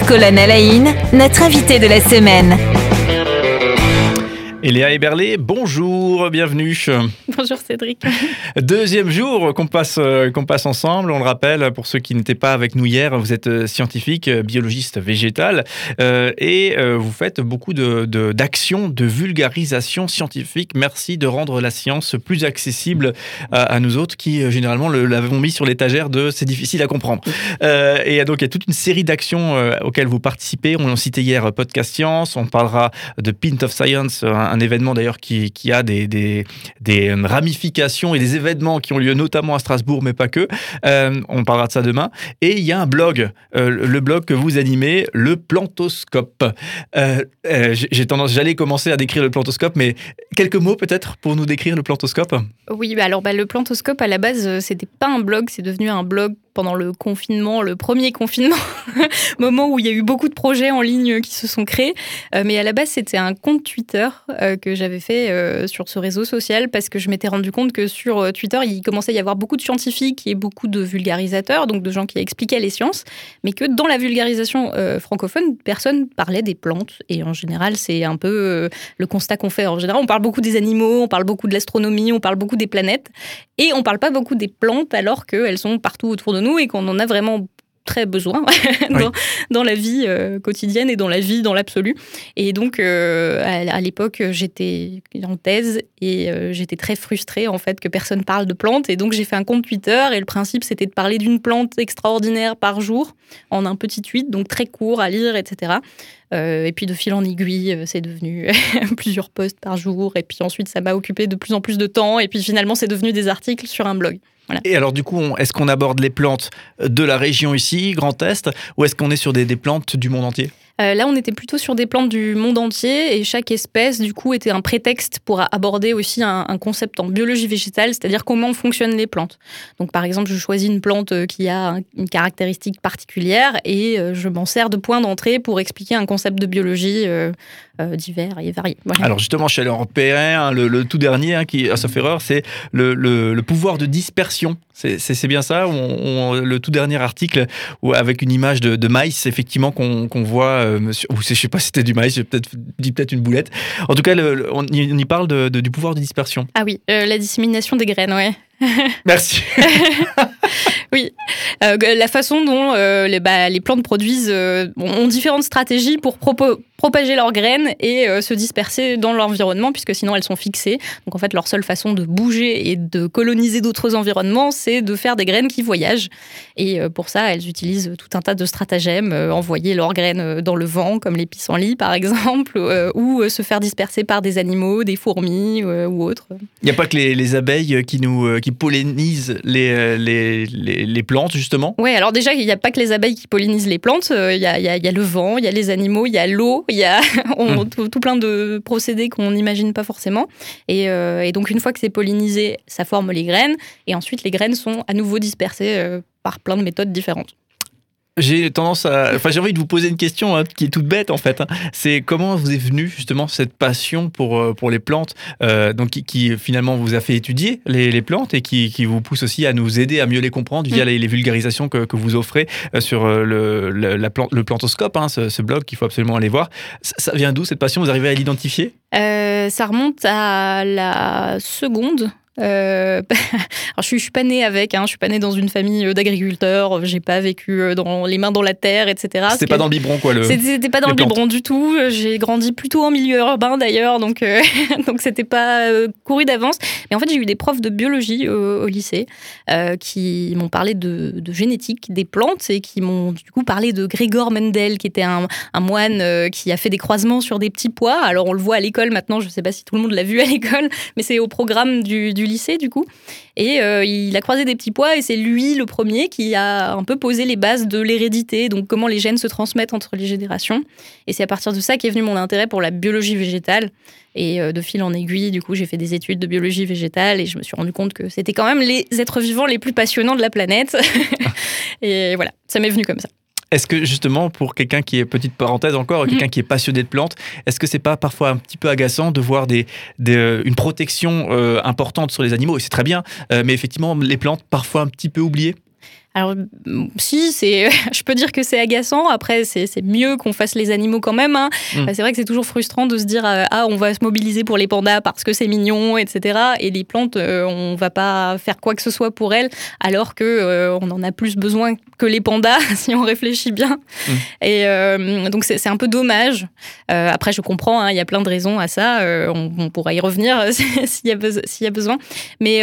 Colonne Alain, notre invité de la semaine. Eléa Eberlé, bonjour, bienvenue. Bonjour Cédric. Deuxième jour qu'on passe ensemble. On le rappelle, pour ceux qui n'étaient pas avec nous hier, vous êtes scientifique, biologiste végétal et vous faites beaucoup d'actions de vulgarisation scientifique. Merci de rendre la science plus accessible à nous autres qui, généralement, l'avons mis sur l'étagère de « c'est difficile à comprendre ». Et donc, il y a toute une série d'actions auxquelles vous participez. On l'a cité hier, Podcast Science. On parlera de Pint of Science, un événement d'ailleurs qui a des ramifications et des événements qui ont lieu notamment à Strasbourg, mais pas que. On parlera de ça demain. Et il y a un blog, le blog que vous animez, le Plantoscope. J'allais commencer à décrire le Plantoscope, mais quelques mots peut-être pour nous décrire le Plantoscope. Oui, le Plantoscope à la base, c'était pas un blog, c'est devenu un blog pendant le confinement, le premier confinement, moment où il y a eu beaucoup de projets en ligne qui se sont créés. Mais à la base, c'était un compte Twitter que j'avais fait sur ce réseau social parce que je m'étais rendu compte que sur Twitter, il commençait à y avoir beaucoup de scientifiques et beaucoup de vulgarisateurs, donc de gens qui expliquaient les sciences, mais que dans la vulgarisation francophone, personne parlait des plantes. Et en général, c'est un peu le constat qu'on fait. En général, on parle beaucoup des animaux, on parle beaucoup de l'astronomie, on parle beaucoup des planètes, et on parle pas beaucoup des plantes alors qu'elles sont partout autour de nous et qu'on en a vraiment très besoin dans la vie quotidienne et dans la vie dans l'absolu. Et donc, à l'époque, j'étais en thèse et j'étais très frustrée en fait que personne parle de plantes. Et donc, j'ai fait un compte Twitter et le principe, c'était de parler d'une plante extraordinaire par jour en un petit tweet, donc très court à lire, etc. Et puis de fil en aiguille, c'est devenu plusieurs posts par jour. Et puis ensuite, ça m'a occupé de plus en plus de temps. Et puis finalement, c'est devenu des articles sur un blog. Voilà. Et alors du coup, est-ce qu'on aborde les plantes de la région ici, Grand Est, ou est-ce qu'on est sur des plantes du monde entier ? Là, on était plutôt sur des plantes du monde entier et chaque espèce, du coup, était un prétexte pour aborder aussi un concept en biologie végétale, c'est-à-dire comment fonctionnent les plantes. Donc, par exemple, je choisis une plante qui a une caractéristique particulière et je m'en sers de point d'entrée pour expliquer un concept de biologie divers et variés. Voilà. Alors justement, je suis allé en repérer un, le tout dernier, qui, sauf erreur, c'est le pouvoir de dispersion. C'est bien ça, le tout dernier article avec une image de maïs, effectivement, qu'on voit, je sais pas si c'était du maïs, j'ai dit peut-être une boulette. En tout cas, on y parle du pouvoir de dispersion. Ah oui, la dissémination des graines, ouais. Merci. Oui, la façon dont les plantes produisent ont différentes stratégies pour propager leurs graines et se disperser dans l'environnement, puisque sinon elles sont fixées. Donc en fait, leur seule façon de bouger et de coloniser d'autres environnements, c'est de faire des graines qui voyagent. Et pour ça, elles utilisent tout un tas de stratagèmes, envoyer leurs graines dans le vent, comme les pissenlits par exemple, ou se faire disperser par des animaux, des fourmis ou autres. Il n'y a pas que les abeilles qui pollinisent les plantes, justement ? Oui, alors déjà, il n'y a pas que les abeilles qui pollinisent les plantes. Il y a le vent, il y a les animaux, il y a l'eau, il y a tout plein de procédés qu'on n'imagine pas forcément. Et donc, une fois que c'est pollinisé, ça forme les graines. Et ensuite, les graines sont à nouveau dispersées par plein de méthodes différentes. J'ai envie de vous poser une question qui est toute bête en fait. C'est comment vous est venue justement cette passion pour les plantes, donc qui finalement vous a fait étudier les plantes et qui vous pousse aussi à nous aider à mieux les comprendre via les vulgarisations que vous offrez sur le Plantoscope, ce blog qu'il faut absolument aller voir. Ça vient d'où cette passion ? Vous arrivez à l'identifier ? Ça remonte à la seconde. Alors je suis pas née avec, je suis pas née dans une famille d'agriculteurs, j'ai pas vécu dans les mains dans la terre, etc. C'était pas dans le biberon quoi. C'était pas dans le biberon du tout. J'ai grandi plutôt en milieu urbain d'ailleurs, donc c'était pas couru d'avance. Mais en fait j'ai eu des profs de biologie au lycée qui m'ont parlé de génétique des plantes et qui m'ont du coup parlé de Gregor Mendel, qui était un moine qui a fait des croisements sur des petits pois. Alors on le voit à l'école maintenant, je sais pas si tout le monde l'a vu à l'école, mais c'est au programme du lycée du coup. Et il a croisé des petits pois et c'est lui le premier qui a un peu posé les bases de l'hérédité, donc comment les gènes se transmettent entre les générations. Et c'est à partir de ça qu'est venu mon intérêt pour la biologie végétale. Et de fil en aiguille, du coup, j'ai fait des études de biologie végétale et je me suis rendu compte que c'était quand même les êtres vivants les plus passionnants de la planète. Et voilà, ça m'est venu comme ça. Est-ce que justement, pour quelqu'un qui est, petite parenthèse encore, quelqu'un qui est passionné de plantes, est-ce que c'est pas parfois un petit peu agaçant de voir une protection importante sur les animaux ? Et c'est très bien, mais effectivement, les plantes parfois un petit peu oubliées ? Alors, si, je peux dire que c'est agaçant. Après, c'est mieux qu'on fasse les animaux quand même. Hein. C'est vrai que c'est toujours frustrant de se dire on va se mobiliser pour les pandas parce que c'est mignon, etc. Et les plantes, on va pas faire quoi que ce soit pour elles, alors que on en a plus besoin que les pandas si on réfléchit bien. Et donc c'est un peu dommage. Après, je comprends, il y a plein de raisons à ça. On pourra y revenir s'il y a besoin. Mais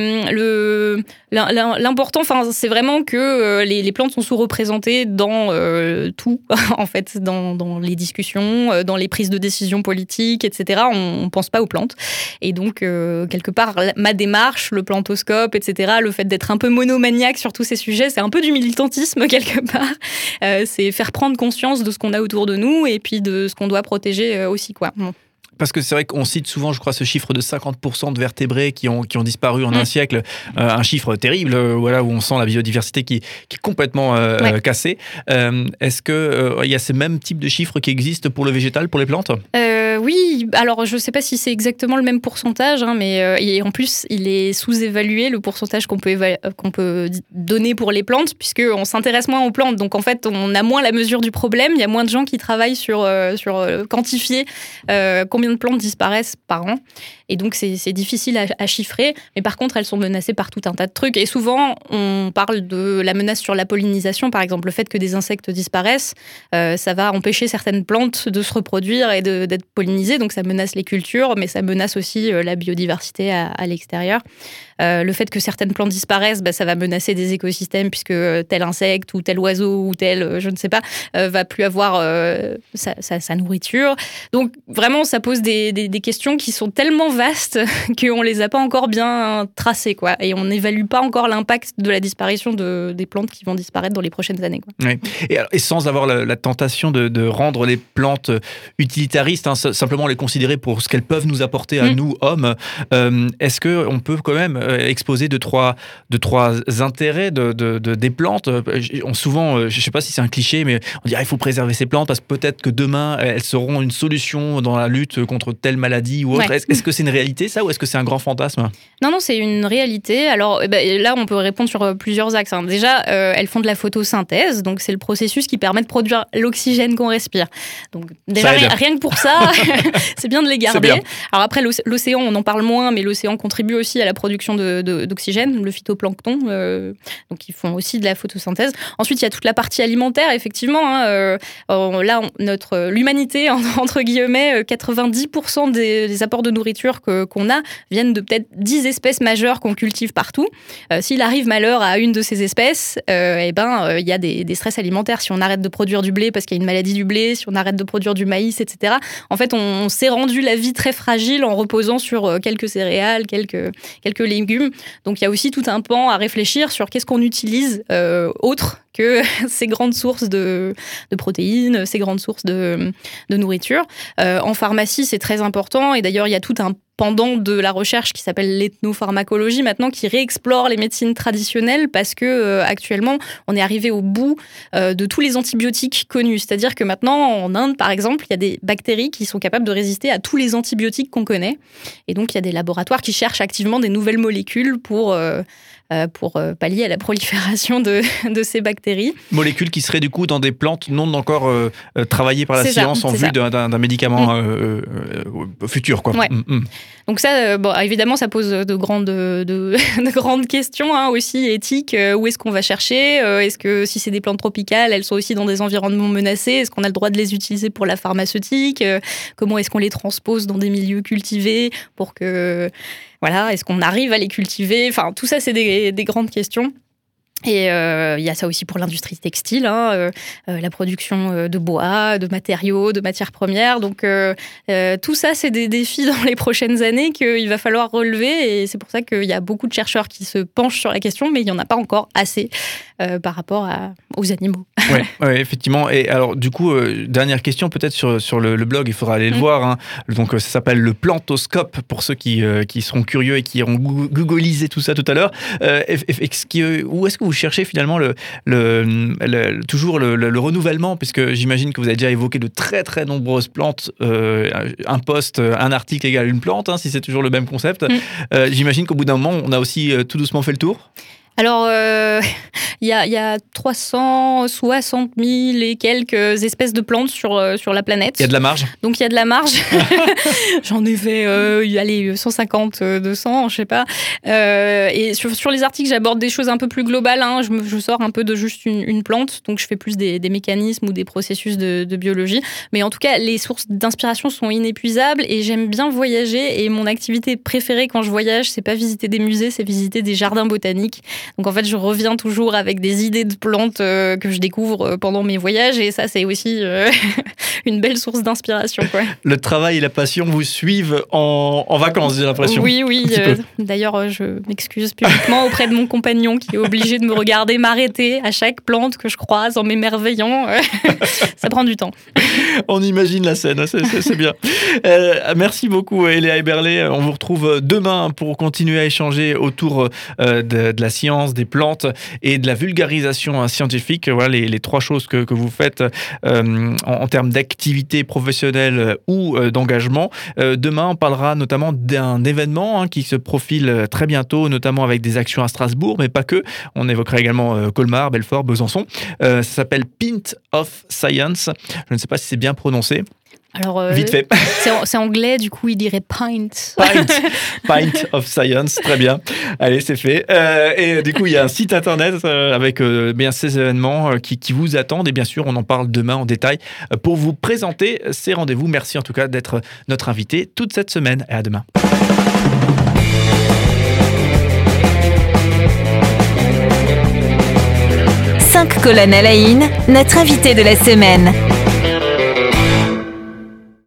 l'important, c'est vraiment que les plantes sont sous-représentées dans tout, en fait, dans les discussions, dans les prises de décision politiques, etc. On pense pas aux plantes. Et donc, quelque part, ma démarche, le plantoscope, etc., le fait d'être un peu monomaniaque sur tous ces sujets, c'est un peu du militantisme, quelque part. C'est faire prendre conscience de ce qu'on a autour de nous et puis de ce qu'on doit protéger aussi, quoi. Parce que c'est vrai qu'on cite souvent, je crois, ce chiffre de 50% de vertébrés qui ont disparu en un siècle. Un chiffre terrible, voilà, où on sent la biodiversité qui est complètement cassée. Est-ce qu'il y a ces mêmes types de chiffres qui existent pour le végétal, pour les plantes ? Oui, alors je ne sais pas si c'est exactement le même pourcentage, mais et en plus, il est sous-évalué, le pourcentage qu'on peut donner pour les plantes, puisqu'on s'intéresse moins aux plantes. Donc en fait, on a moins la mesure du problème. Il y a moins de gens qui travaillent sur quantifier combien de plantes disparaissent par an. Et donc, c'est difficile à chiffrer. Mais par contre, elles sont menacées par tout un tas de trucs. Et souvent, on parle de la menace sur la pollinisation, par exemple. Le fait que des insectes disparaissent, ça va empêcher certaines plantes de se reproduire et d'être pollinisées. Donc, ça menace les cultures, mais ça menace aussi la biodiversité à l'extérieur. Le fait que certaines plantes disparaissent, ça va menacer des écosystèmes puisque tel insecte ou tel oiseau ou tel, je ne sais pas, va plus avoir sa nourriture. Donc, vraiment, ça pose des questions qui sont tellement vastes qu'on ne les a pas encore bien tracées, quoi. Et on n'évalue pas encore l'impact de la disparition des plantes qui vont disparaître dans les prochaines années, quoi. Oui. Et sans avoir la tentation de rendre les plantes utilitaristes, simplement les considérer pour ce qu'elles peuvent nous apporter à nous, hommes, est-ce qu'on peut quand même exposer deux, trois intérêts des plantes? Souvent, je ne sais pas si c'est un cliché, mais on dirait qu'il faut préserver ces plantes parce que peut-être que demain, elles seront une solution dans la lutte contre telle maladie ou autre. Ouais. Est-ce que c'est une réalité, ça, ou est-ce que c'est un grand fantasme? Non, c'est une réalité. Alors là, on peut répondre sur plusieurs axes. Déjà, elles font de la photosynthèse, donc c'est le processus qui permet de produire l'oxygène qu'on respire. Donc déjà, rien que pour ça, c'est bien de les garder. Bien. Alors après, l'océan, on en parle moins, mais l'océan contribue aussi à la production d'oxygène, le phytoplancton. Donc ils font aussi de la photosynthèse. Ensuite, il y a toute la partie alimentaire, effectivement. Là, l'humanité, entre guillemets, 90% des apports de nourriture qu'on a viennent de peut-être 10 espèces majeures qu'on cultive partout. S'il arrive malheur à une de ces espèces, il y a des stress alimentaires. Si on arrête de produire du blé parce qu'il y a une maladie du blé, si on arrête de produire du maïs, etc. En fait, on s'est rendu la vie très fragile en reposant sur quelques céréales, quelques légumes. Donc, il y a aussi tout un pan à réfléchir sur qu'est-ce qu'on utilise autre que ces grandes sources de protéines, ces grandes sources de nourriture. En pharmacie, c'est très important. Et d'ailleurs, il y a tout un pendant de la recherche qui s'appelle l'ethnopharmacologie maintenant, qui réexplore les médecines traditionnelles parce que actuellement, on est arrivé au bout de tous les antibiotiques connus. C'est-à-dire que maintenant, en Inde, par exemple, il y a des bactéries qui sont capables de résister à tous les antibiotiques qu'on connaît. Et donc, il y a des laboratoires qui cherchent activement des nouvelles molécules pour pallier à la prolifération de ces bactéries. Molécules qui seraient du coup dans des plantes non encore travaillées par la science en vue d'un médicament futur, quoi. Ouais. Donc ça, évidemment, ça pose de grandes questions aussi éthiques. Où est-ce qu'on va chercher? Est-ce que si c'est des plantes tropicales, elles sont aussi dans des environnements menacés? Est-ce qu'on a le droit de les utiliser pour la pharmaceutique? Comment est-ce qu'on les transpose dans des milieux cultivés pour que... Voilà, est-ce qu'on arrive à les cultiver? Enfin, tout ça, c'est des grandes questions. Et il y a ça aussi pour l'industrie textile, la production de bois, de matériaux, de matières premières. Donc tout ça, c'est des défis dans les prochaines années qu'il va falloir relever. Et c'est pour ça qu'il y a beaucoup de chercheurs qui se penchent sur la question, mais il n'y en a pas encore assez par rapport aux animaux. Oui, effectivement. Et alors, du coup, dernière question peut-être sur le blog, il faudra aller le voir. Donc, ça s'appelle le Plantoscope, pour ceux qui seront curieux et qui auront googlisé tout ça tout à l'heure. Où est-ce que vous cherchez finalement toujours le renouvellement, puisque j'imagine que vous avez déjà évoqué de très très nombreuses plantes, un post, un article égale une plante, si c'est toujours le même concept. J'imagine qu'au bout d'un moment, on a aussi tout doucement fait le tour. Alors, il y a 360 000 et quelques espèces de plantes sur la planète. Il y a de la marge. Donc, il y a de la marge. J'en ai fait 150, 200, je sais pas. Et sur les articles, j'aborde des choses un peu plus globales. Hein. Je sors un peu de juste une plante. Donc, je fais plus des mécanismes ou des processus de biologie. Mais en tout cas, les sources d'inspiration sont inépuisables et j'aime bien voyager. Et mon activité préférée quand je voyage, c'est pas visiter des musées, c'est visiter des jardins botaniques. Donc en fait, je reviens toujours avec des idées de plantes que je découvre pendant mes voyages et ça, c'est aussi une belle source d'inspiration, quoi. Le travail et la passion vous suivent en vacances, j'ai l'impression. Oui. D'ailleurs, je m'excuse publiquement auprès de mon compagnon qui est obligé de me regarder m'arrêter à chaque plante que je croise en m'émerveillant. Ça prend du temps. On imagine la scène, c'est bien. Merci beaucoup, Eléa Eberlé. On vous retrouve demain pour continuer à échanger autour de la science, des plantes et de la vulgarisation scientifique. Voilà les trois choses que vous faites en termes d'activité professionnelle ou d'engagement. Demain, on parlera notamment d'un événement qui se profile très bientôt, notamment avec des actions à Strasbourg, mais pas que. On évoquera également Colmar, Belfort, Besançon. Ça s'appelle Pint of Science. Je ne sais pas si c'est bien prononcé. Alors, vite fait. C'est anglais, du coup, il dirait pint. Pint of Science, très bien. Allez, c'est fait. Et du coup, il y a un site internet avec bien ces événements qui vous attendent. Et bien sûr, on en parle demain en détail pour vous présenter ces rendez-vous. Merci en tout cas d'être notre invité toute cette semaine. Et à demain. 5 colonnes à la in, notre invité de la semaine.